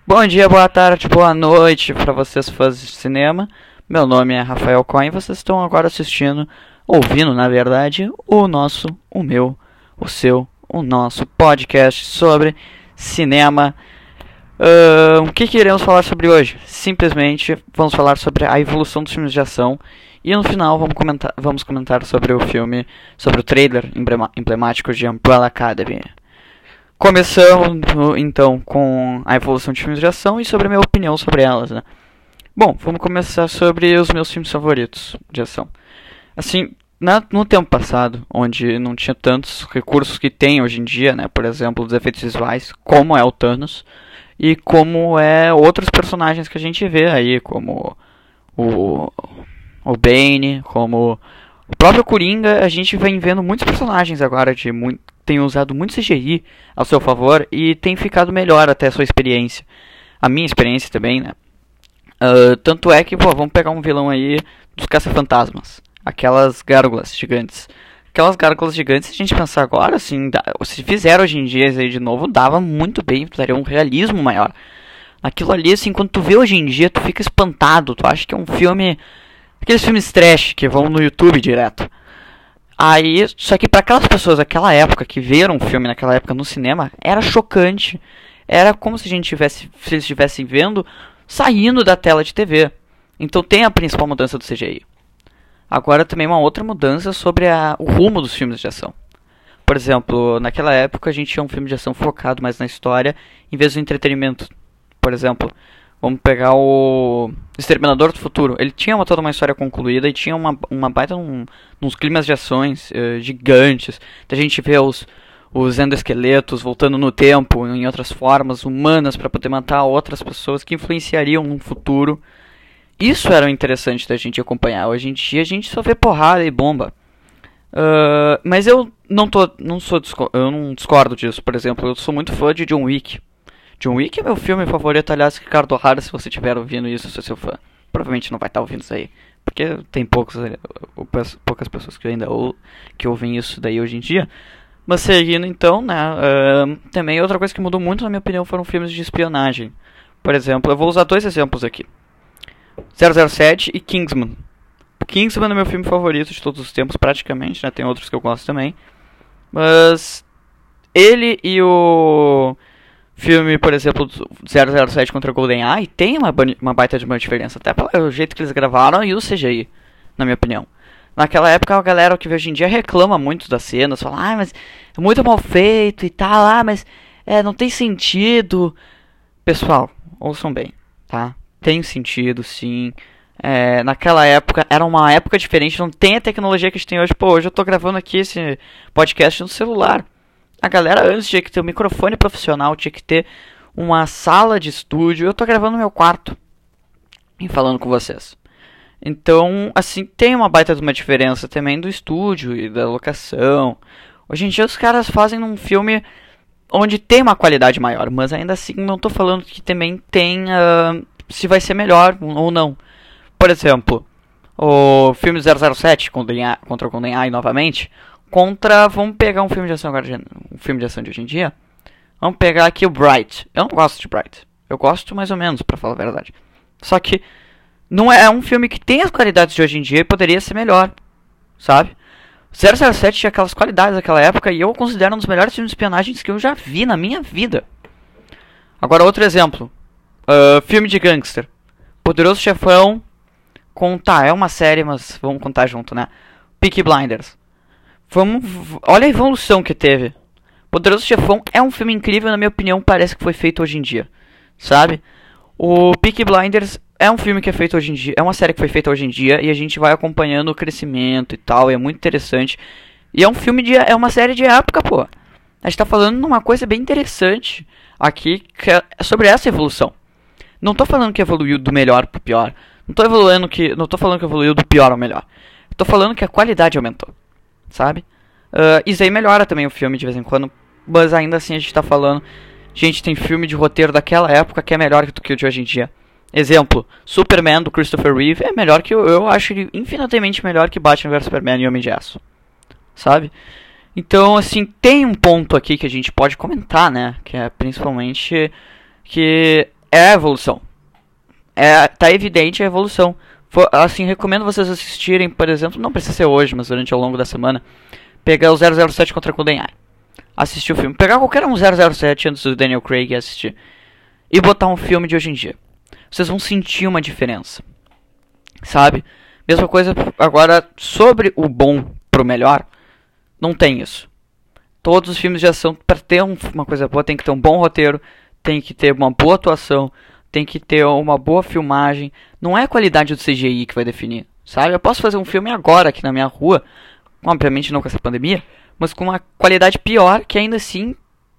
Bom dia, boa tarde, boa noite para vocês fãs de cinema. Meu nome é Rafael Cohen e vocês estão agora assistindo, ouvindo na verdade, o nosso podcast sobre cinema. O que iremos falar sobre hoje? Simplesmente vamos falar sobre a evolução dos filmes de ação e no final vamos comentar sobre o filme, sobre o trailer emblemático de Umbrella Academy. Começamos então com a evolução de filmes de ação e sobre a minha opinião sobre elas, né? Bom, vamos começar sobre os meus filmes favoritos de ação. Assim, no tempo passado, onde não tinha tantos recursos que tem hoje em dia, né? Por exemplo, os efeitos visuais, como é o Thanos, e como é outros personagens que a gente vê aí, como o Bane, como o próprio Coringa. A gente vem vendo muitos personagens agora tem usado muito CGI ao seu favor e tem ficado melhor até a sua experiência. A minha experiência também, né? Tanto é que, vamos pegar um vilão aí dos Caça-Fantasmas. Aquelas gárgulas gigantes. Aquelas gárgulas gigantes, se a gente pensar agora, assim, se fizer hoje em dia aí de novo, dava muito bem, daria um realismo maior. Aquilo ali, assim, quando tu vê hoje em dia, tu fica espantado, tu acha que é um filme... Aqueles filmes trash que vão no YouTube direto. Aí, só que para aquelas pessoas daquela época que viram um filme naquela época no cinema, era chocante. Era como se eles estivessem vendo saindo da tela de TV. Então tem a principal mudança do CGI. Agora também uma outra mudança sobre o rumo dos filmes de ação. Por exemplo, naquela época a gente tinha um filme de ação focado mais na história em vez do entretenimento. Por exemplo, vamos pegar o Exterminador do Futuro. Ele tinha toda uma história concluída e tinha uma baita uns climas de ações gigantes. A gente vê os endoesqueletos voltando no tempo, em outras formas humanas, para poder matar outras pessoas que influenciariam no futuro. Isso era o interessante da gente acompanhar. Hoje em dia a gente só vê porrada e bomba. Mas eu não discordo disso. Por exemplo, eu sou muito fã de John Wick. John Wick é meu filme favorito. Aliás, Ricardo O'Hara, se você estiver ouvindo isso, eu sou seu fã. Provavelmente não vai estar ouvindo isso aí, porque tem poucas pessoas que ouvem isso daí hoje em dia. Mas seguindo então, né, também outra coisa que mudou muito na minha opinião foram filmes de espionagem. Por exemplo, eu vou usar dois exemplos aqui: 007 e Kingsman. Kingsman é meu filme favorito de todos os tempos, praticamente, né? Tem outros que eu gosto também. Mas ele e o filme, por exemplo, 007 contra GoldenEye tem uma baita de uma diferença, até pelo jeito que eles gravaram e o CGI, na minha opinião. Naquela época a galera que hoje em dia reclama muito das cenas, fala, mas é muito mal feito e tal, mas não tem sentido. Pessoal, ouçam bem, tá? Tem sentido, sim. Naquela época, era uma época diferente, não tem a tecnologia que a gente tem hoje. Pô, hoje eu tô gravando aqui esse podcast no celular. A galera antes tinha que ter um microfone profissional, tinha que ter uma sala de estúdio. Eu tô gravando no meu quarto e falando com vocês. Então, assim, tem uma baita de uma diferença também do estúdio e da locação. Hoje em dia os caras fazem um filme onde tem uma qualidade maior, mas ainda assim não tô falando que também tem se vai ser melhor ou não. Por exemplo, o filme 007 contra o GoldenEye novamente, vamos pegar um filme de ação agora, um filme de ação de hoje em dia. Vamos pegar aqui o Bright. Eu não gosto de Bright. Eu gosto mais ou menos, pra falar a verdade. Só que não é um filme que tem as qualidades de hoje em dia e poderia ser melhor, sabe? 007 tinha aquelas qualidades daquela época e eu considero um dos melhores filmes de espionagens que eu já vi na minha vida. Agora outro exemplo, filme de gangster. Poderoso Chefão é uma série, mas vamos contar junto, né? Peaky Blinders. Olha a evolução que teve. Poderoso Chefão é um filme incrível, na minha opinião, parece que foi feito hoje em dia, sabe? O Peaky Blinders é um filme que é feito hoje em dia, é uma série que foi feita hoje em dia e a gente vai acompanhando o crescimento e tal, e é muito interessante. E é um filme é uma série de época, pô. A gente tá falando de uma coisa bem interessante aqui, que é sobre essa evolução. Não tô falando que evoluiu do melhor pro pior. Não tô falando que evoluiu do pior ao melhor. Tô falando que a qualidade aumentou, sabe? Isso aí melhora também o filme de vez em quando, mas ainda assim a gente tá falando... Gente, tem filme de roteiro daquela época que é melhor do que o de hoje em dia. Exemplo, Superman do Christopher Reeve é melhor que eu acho ele infinitamente melhor que Batman vs Superman e Homem de Aço, sabe? Então, assim, tem um ponto aqui que a gente pode comentar, né? Que é principalmente que É a evolução. Tá evidente a evolução. Assim, recomendo vocês assistirem, por exemplo, não precisa ser hoje, mas durante ao longo da semana, pegar o 007 contra GoldenEye. Assistir o filme. Pegar qualquer um 007 antes do Daniel Craig e assistir. E botar um filme de hoje em dia. Vocês vão sentir uma diferença. Sabe? Mesma coisa agora sobre o bom pro melhor. Não tem isso. Todos os filmes de ação, para ter uma coisa boa, tem que ter um bom roteiro, tem que ter uma boa atuação, tem que ter uma boa filmagem. Não é a qualidade do CGI que vai definir, sabe? Eu posso fazer um filme agora aqui na minha rua, obviamente não com essa pandemia, mas com uma qualidade pior, que ainda assim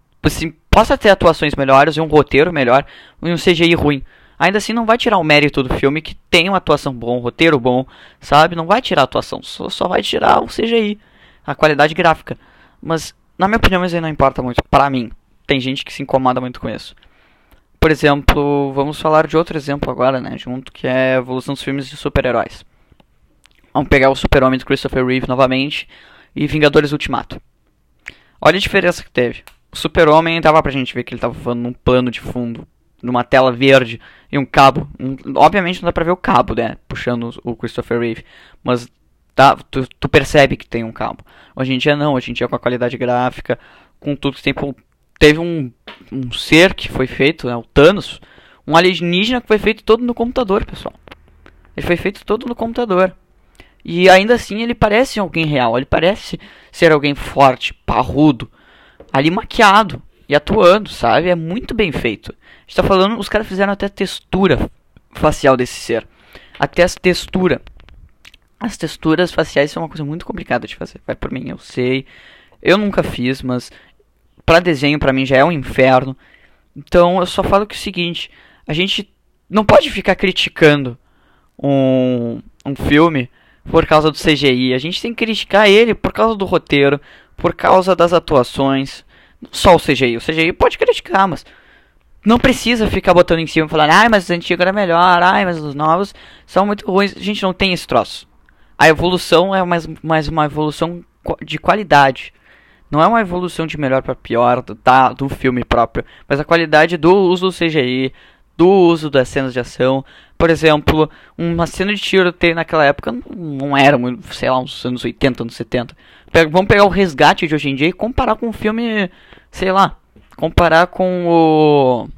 possa ter atuações melhores e um roteiro melhor e um CGI ruim. Ainda assim não vai tirar o mérito do filme que tem uma atuação boa, um roteiro bom, sabe? Não vai tirar a atuação, só vai tirar o CGI, a qualidade gráfica. Mas, na minha opinião, isso aí não importa muito pra mim. Tem gente que se incomoda muito com isso. Por exemplo, vamos falar de outro exemplo agora, né? Junto, que é a evolução dos filmes de super-heróis. Vamos pegar o Super-Homem do Christopher Reeve novamente e Vingadores Ultimato. Olha a diferença que teve. O Super-Homem dava pra gente ver que ele tava voando num plano de fundo, numa tela verde e um cabo. Obviamente não dá pra ver o cabo, né? Puxando o Christopher Reeve. Mas tu percebe que tem um cabo. Hoje em dia não. Hoje em dia com a qualidade gráfica, com tudo que tem... Teve um ser que foi feito, né, o Thanos, um alienígena que foi feito todo no computador, pessoal. Ele foi feito todo no computador. E ainda assim ele parece alguém real, ele parece ser alguém forte, parrudo, ali maquiado e atuando, sabe? É muito bem feito. A gente tá falando, os caras fizeram até a textura facial desse ser. Até a textura. As texturas faciais são uma coisa muito complicada de fazer. Vai por mim, eu sei. Eu nunca fiz, mas... Pra desenho, pra mim, já é um inferno. Então, eu só falo que é o seguinte. A gente não pode ficar criticando um filme por causa do CGI. A gente tem que criticar ele por causa do roteiro, por causa das atuações. Não só o CGI. O CGI pode criticar, mas... Não precisa ficar botando em cima e falando... Ai, mas os antigos era melhor. Ai, mas os novos são muito ruins. A gente não tem esse troço. A evolução é mais uma evolução de qualidade. Não é uma evolução de melhor para pior do filme próprio, mas a qualidade do uso do CGI, do uso das cenas de ação. Por exemplo, uma cena de tiroteio naquela época não era, sei lá, uns anos 80, anos 70. Vamos pegar o Resgate de hoje em dia e comparar com o filme, sei lá, comparar com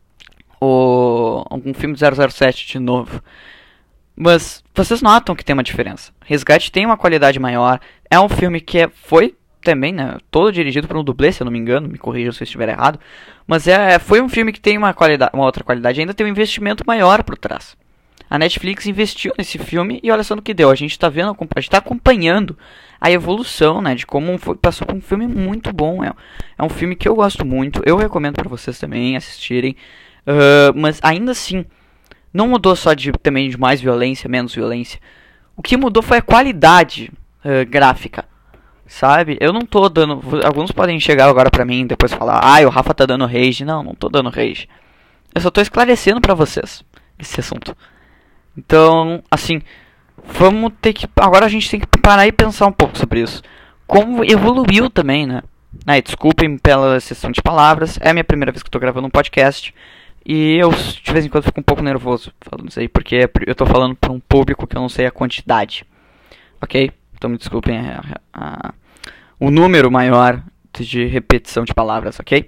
algum filme de 007 de novo. Mas vocês notam que tem uma diferença. Resgate tem uma qualidade maior, é um filme que foi... também, né, todo dirigido por um dublê, se eu não me engano, me corrijam se eu estiver errado, mas foi um filme que tem uma outra qualidade, ainda tem um investimento maior por trás. A Netflix investiu nesse filme e olha só no que deu, a gente tá vendo, a gente tá acompanhando a evolução, né, de como passou por um filme muito bom, é um filme que eu gosto muito, eu recomendo para vocês também assistirem, mas ainda assim, não mudou só também de mais violência, menos violência, o que mudou foi a qualidade gráfica. Sabe? Eu não tô dando... Alguns podem chegar agora pra mim e depois falar... o Rafa tá dando rage. Não tô dando rage. Eu só tô esclarecendo pra vocês esse assunto. Então, assim... Vamos ter que... Agora a gente tem que parar e pensar um pouco sobre isso. Como evoluiu também, né? Desculpem pela exceção de palavras. É a minha primeira vez que eu tô gravando um podcast. E eu, de vez em quando, fico um pouco nervoso falando isso aí. Porque eu tô falando pra um público que eu não sei a quantidade. Ok? Então me desculpem o número maior de repetição de palavras, ok?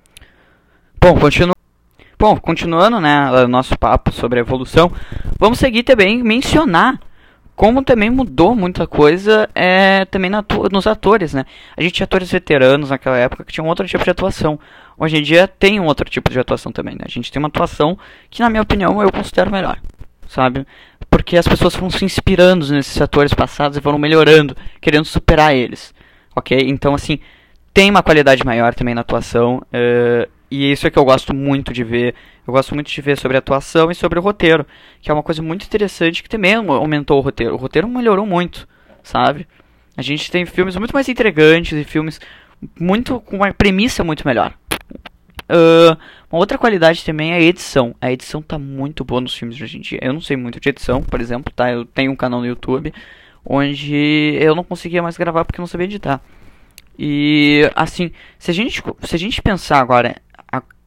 Bom, continuando, né, o nosso papo sobre a evolução, vamos seguir também mencionar como também mudou muita coisa também nos atores, né? A gente tinha atores veteranos naquela época que tinham outro tipo de atuação. Hoje em dia tem um outro tipo de atuação também, né? A gente tem uma atuação que, na minha opinião, eu considero melhor, sabe? Porque as pessoas foram se inspirando nesses atores passados e foram melhorando, querendo superar eles, ok? Então, assim, tem uma qualidade maior também na atuação, e isso é que eu gosto muito de ver. Eu gosto muito de ver sobre a atuação e sobre o roteiro, que é uma coisa muito interessante que também aumentou o roteiro. O roteiro melhorou muito, sabe? A gente tem filmes muito mais intrigantes e filmes com uma premissa muito melhor. Uma outra qualidade também é a edição. A edição tá muito boa nos filmes de hoje em dia. Eu não sei muito de edição, por exemplo, tá? Eu tenho um canal no YouTube onde eu não conseguia mais gravar porque eu não sabia editar. E assim, se a gente pensar agora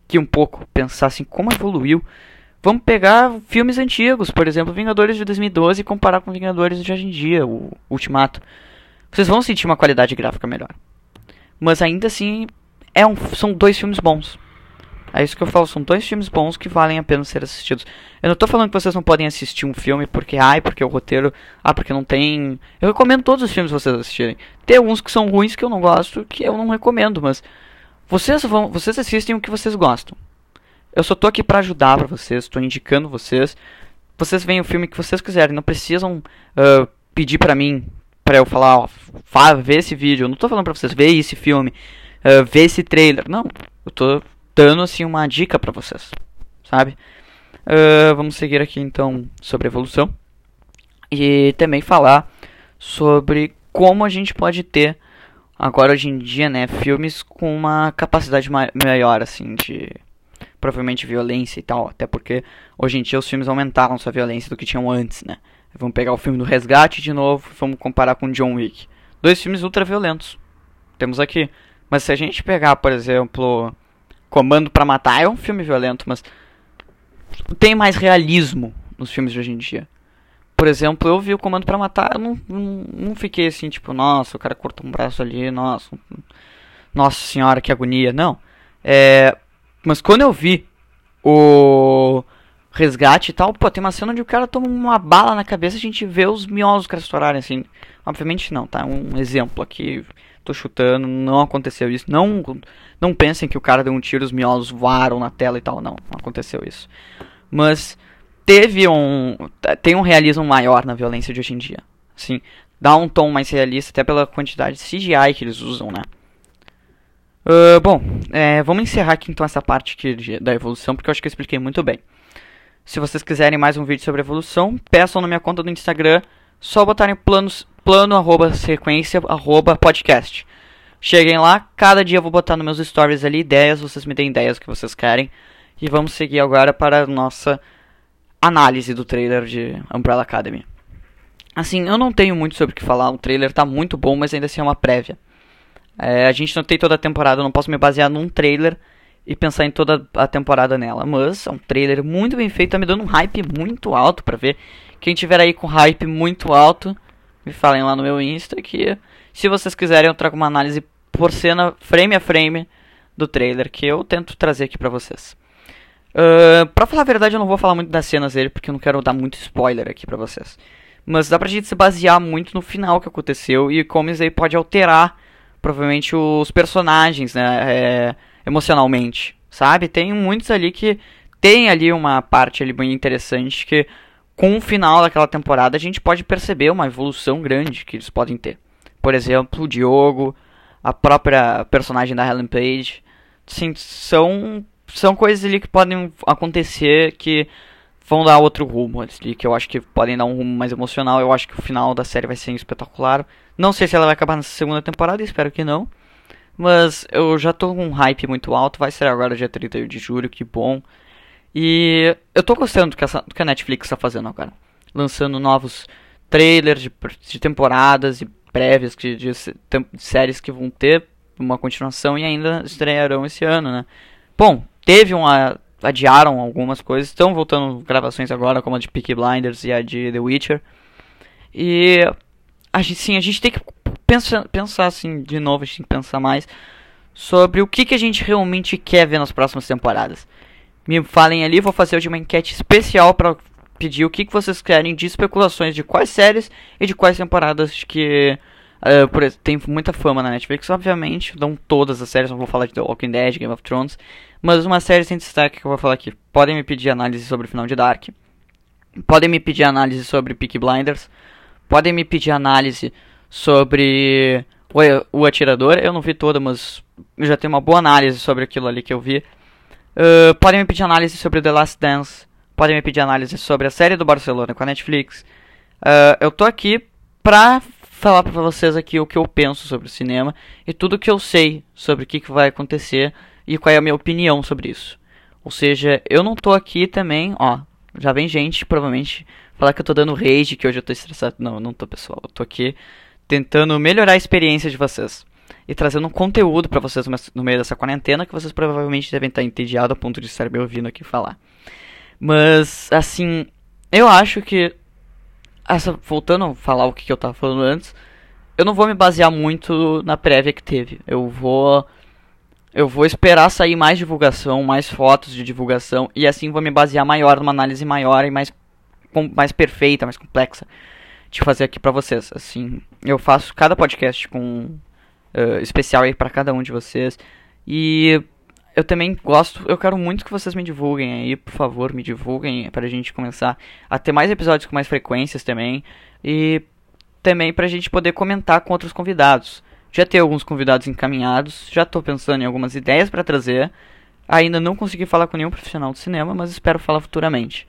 aqui um pouco, pensar assim, como evoluiu. Vamos pegar filmes antigos, por exemplo, Vingadores de 2012 e comparar com Vingadores de hoje em dia, o Ultimato. Vocês vão sentir uma qualidade gráfica melhor. Mas ainda assim, são dois filmes bons. É isso que eu falo, são dois filmes bons que valem a pena ser assistidos. Eu não tô falando que vocês não podem assistir um filme porque o roteiro, porque não tem... Eu recomendo todos os filmes vocês assistirem. Tem alguns que são ruins que eu não gosto, que eu não recomendo, mas vocês assistem o que vocês gostam. Eu só tô aqui pra ajudar pra vocês, tô indicando vocês. Vocês veem o filme que vocês quiserem, não precisam pedir pra mim, pra eu falar, vê esse vídeo. Eu não tô falando pra vocês, vê esse filme, vê esse trailer. Não, eu tô dando assim uma dica pra vocês, sabe? Vamos seguir aqui então sobre evolução. E também falar sobre como a gente pode ter, agora hoje em dia, né, filmes com uma capacidade maior, assim, de... provavelmente violência e tal, até porque hoje em dia os filmes aumentaram sua violência do que tinham antes, né? Vamos pegar o filme do Resgate de novo, vamos comparar com John Wick. Dois filmes ultra violentos. Temos aqui. Mas se a gente pegar, por exemplo, Comando pra Matar, é um filme violento, mas tem mais realismo nos filmes de hoje em dia. Por exemplo, eu vi o Comando pra Matar, eu não fiquei assim, tipo, nossa, o cara cortou um braço ali, nossa senhora, que agonia. Não. Mas quando eu vi o Resgate e tal, tem uma cena onde o cara toma uma bala na cabeça e a gente vê os miolos do cara estourarem, assim. Obviamente não, tá? Um exemplo aqui, tô chutando, não aconteceu isso. Não pensem que o cara deu um tiro e os miolos voaram na tela e tal, não aconteceu isso. Mas tem um realismo maior na violência de hoje em dia, assim. Dá um tom mais realista, até pela quantidade de CGI que eles usam, né? Vamos encerrar aqui então essa parte aqui da evolução, porque eu acho que eu expliquei muito bem. Se vocês quiserem mais um vídeo sobre evolução, peçam na minha conta do Instagram, só botarem plano@sequência@podcast. Cheguem lá, cada dia eu vou botar nos meus stories ali ideias, vocês me deem ideias que vocês querem. E vamos seguir agora para a nossa análise do trailer de Umbrella Academy. Assim, eu não tenho muito sobre o que falar, o trailer tá muito bom, mas ainda assim é uma prévia. A gente não tem toda a temporada, eu não posso me basear num trailer e pensar em toda a temporada nela. Mas é um trailer muito bem feito, tá me dando um hype muito alto pra ver. Quem tiver aí com hype muito alto, me falem lá no meu Insta que se vocês quiserem eu trago uma análise por cena, frame a frame do trailer, que eu tento trazer aqui pra vocês. Pra falar a verdade, eu não vou falar muito das cenas dele, porque eu não quero dar muito spoiler aqui pra vocês. Mas dá pra gente se basear muito no final que aconteceu e como isso aí pode alterar provavelmente os personagens, né, emocionalmente, sabe? Tem muitos ali que tem ali uma parte ali bem interessante que com o final daquela temporada a gente pode perceber uma evolução grande que eles podem ter. Por exemplo, o Diogo, a própria personagem da Ellen Page, sim, são coisas ali que podem acontecer que vão dar outro rumo ali, que eu acho que podem dar um rumo mais emocional. Eu acho que o final da série vai ser espetacular. Não sei se ela vai acabar na segunda temporada, espero que não. Mas eu já tô com um hype muito alto. Vai ser agora dia 31 de julho, que bom. E eu tô gostando do que a Netflix tá fazendo agora. Lançando novos trailers de temporadas e prévias de séries que vão ter uma continuação e ainda estrearão esse ano, né? Bom, adiaram algumas coisas, estão voltando gravações agora, como a de Peaky Blinders e a de The Witcher. E a gente tem que pensar assim, de novo, a gente tem que pensar mais sobre o que a gente realmente quer ver nas próximas temporadas. Me falem ali, vou fazer hoje uma enquete especial para pedir o que vocês querem de especulações de quais séries e de quais temporadas que tem muita fama na Netflix. Obviamente, não todas as séries, não vou falar de The Walking Dead, Game of Thrones, mas uma série sem destaque que eu vou falar aqui. Podem me pedir análise sobre o final de Dark, podem me pedir análise sobre Peaky Blinders, podem me pedir análise sobre o Atirador. Eu não vi toda, mas eu já tenho uma boa análise sobre aquilo ali que eu vi. Podem me pedir análise sobre The Last Dance, podem me pedir análise sobre a série do Barcelona com a Netflix. Eu tô aqui pra falar pra vocês aqui o que eu penso sobre o cinema e tudo que eu sei sobre o que vai acontecer e qual é a minha opinião sobre isso. Ou seja, eu não tô aqui também, já vem gente provavelmente falar que eu tô dando rage, que hoje eu tô estressado. Não tô, pessoal, eu tô aqui tentando melhorar a experiência de vocês. e trazendo um conteúdo pra vocês no meio dessa quarentena que vocês provavelmente devem estar entediados a ponto de estar me ouvindo aqui falar. Mas, assim, eu acho que, voltando a falar o que eu tava falando antes, eu não vou me basear muito na prévia que teve. Eu vou esperar sair mais divulgação, mais fotos de divulgação, e assim vou me basear maior, numa análise maior e mais perfeita, mais complexa de fazer aqui pra vocês. Assim, eu faço cada podcast com especial aí pra cada um de vocês, e eu também eu quero muito que vocês me divulguem aí, por favor, me divulguem pra gente começar a ter mais episódios com mais frequências também, e também pra gente poder comentar com outros convidados. Já tenho alguns convidados encaminhados, já tô pensando em algumas ideias pra trazer. Ainda não consegui falar com nenhum profissional de cinema, mas espero falar futuramente.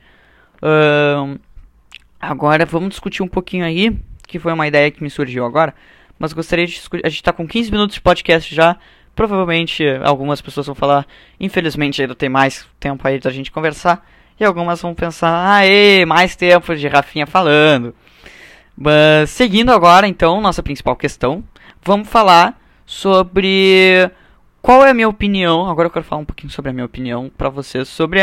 Agora vamos discutir um pouquinho aí, que foi uma ideia que me surgiu agora, mas gostaria de discutir. A gente tá com 15 minutos de podcast já. Provavelmente algumas pessoas vão falar, infelizmente ainda tem mais tempo aí da gente conversar, e algumas vão pensar, aê, mais tempo de Rafinha falando. Mas seguindo agora então nossa principal questão, vamos falar sobre qual é a minha opinião. Agora eu quero falar um pouquinho sobre a minha opinião pra vocês sobre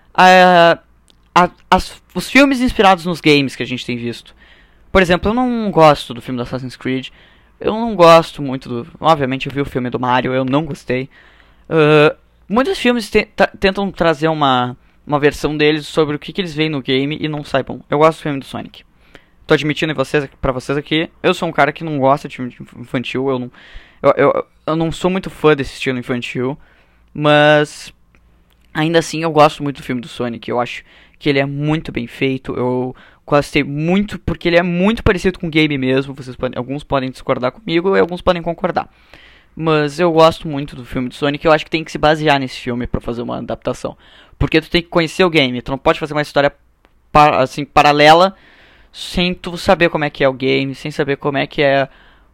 os filmes inspirados nos games que a gente tem visto. Por exemplo, eu não gosto do filme do Assassin's Creed. Eu não gosto muito do... Obviamente eu vi o filme do Mario, eu não gostei. Muitos filmes tentam trazer uma versão deles sobre o que eles veem no game e não sai bom. Eu gosto do filme do Sonic. Tô admitindo pra vocês aqui, eu sou um cara que não gosta de filme infantil. Eu não sou muito fã desse estilo infantil, mas ainda assim eu gosto muito do filme do Sonic. Eu acho que ele é muito bem feito. Eu gostei muito porque ele é muito parecido com o game mesmo. Alguns podem discordar comigo e alguns podem concordar, mas eu gosto muito do filme do Sonic. Eu acho que tem que se basear nesse filme pra fazer uma adaptação, porque tu tem que conhecer o game. Tu não pode fazer uma história assim paralela sem tu saber como é que é o game, sem saber como é que é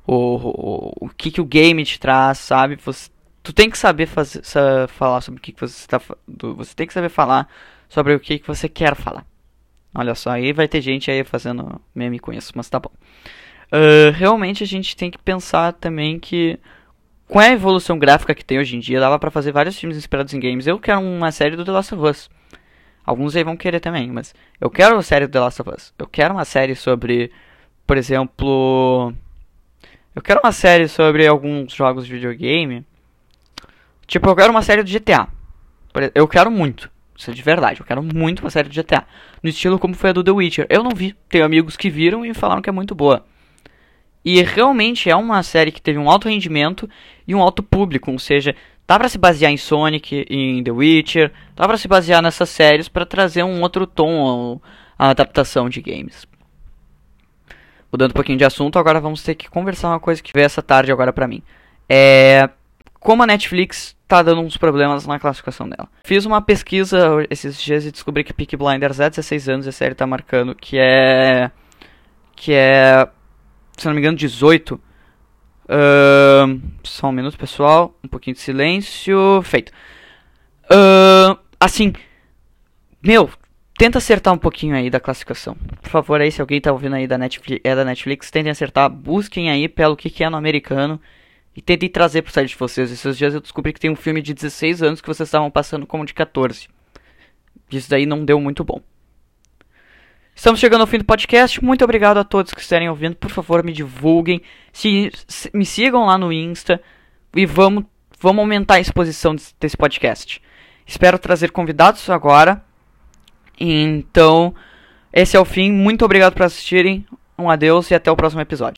o que o game te traz, sabe? Tu tem que saber falar sobre o que você está... Você tem que saber falar sobre o que você quer falar. Olha só, aí vai ter gente aí fazendo meme com isso, mas tá bom. Realmente a gente tem que pensar também que com a evolução gráfica que tem hoje em dia, dava pra fazer vários filmes inspirados em games. Eu quero uma série do The Last of Us. Alguns aí vão querer também, mas eu quero uma série do The Last of Us. Eu quero uma série sobre, por exemplo... Eu quero uma série sobre alguns jogos de videogame. Tipo, eu quero uma série do GTA. Eu quero muito. Isso é de verdade. Eu quero muito uma série do GTA. No estilo como foi a do The Witcher. Eu não vi. Tenho amigos que viram e falaram que é muito boa. E realmente é uma série que teve um alto rendimento e um alto público. Ou seja, dá pra se basear em Sonic, em The Witcher. Dá pra se basear nessas séries pra trazer um outro tom à adaptação de games. Mudando um pouquinho de assunto, agora vamos ter que conversar uma coisa que veio essa tarde agora pra mim. Como a Netflix tá dando uns problemas na classificação dela. Fiz uma pesquisa esses dias e descobri que Peaky Blinders é 16 anos e a série tá marcando que é, se não me engano, 18. Só um minuto, pessoal. Um pouquinho de silêncio. Feito. Assim, meu, tenta acertar um pouquinho aí da classificação. Por favor, aí, se alguém tá ouvindo aí da Netflix, tentem acertar. Busquem aí pelo que é no americano e tentem trazer pro site de vocês. Esses dias eu descobri que tem um filme de 16 anos que vocês estavam passando como de 14. Isso daí não deu muito bom. Estamos chegando ao fim do podcast. Muito obrigado a todos que estarem ouvindo. Por favor, me divulguem. Me sigam lá no Insta. E vamos aumentar a exposição desse podcast. Espero trazer convidados agora. Então, esse é o fim. Muito obrigado por assistirem. Um adeus e até o próximo episódio.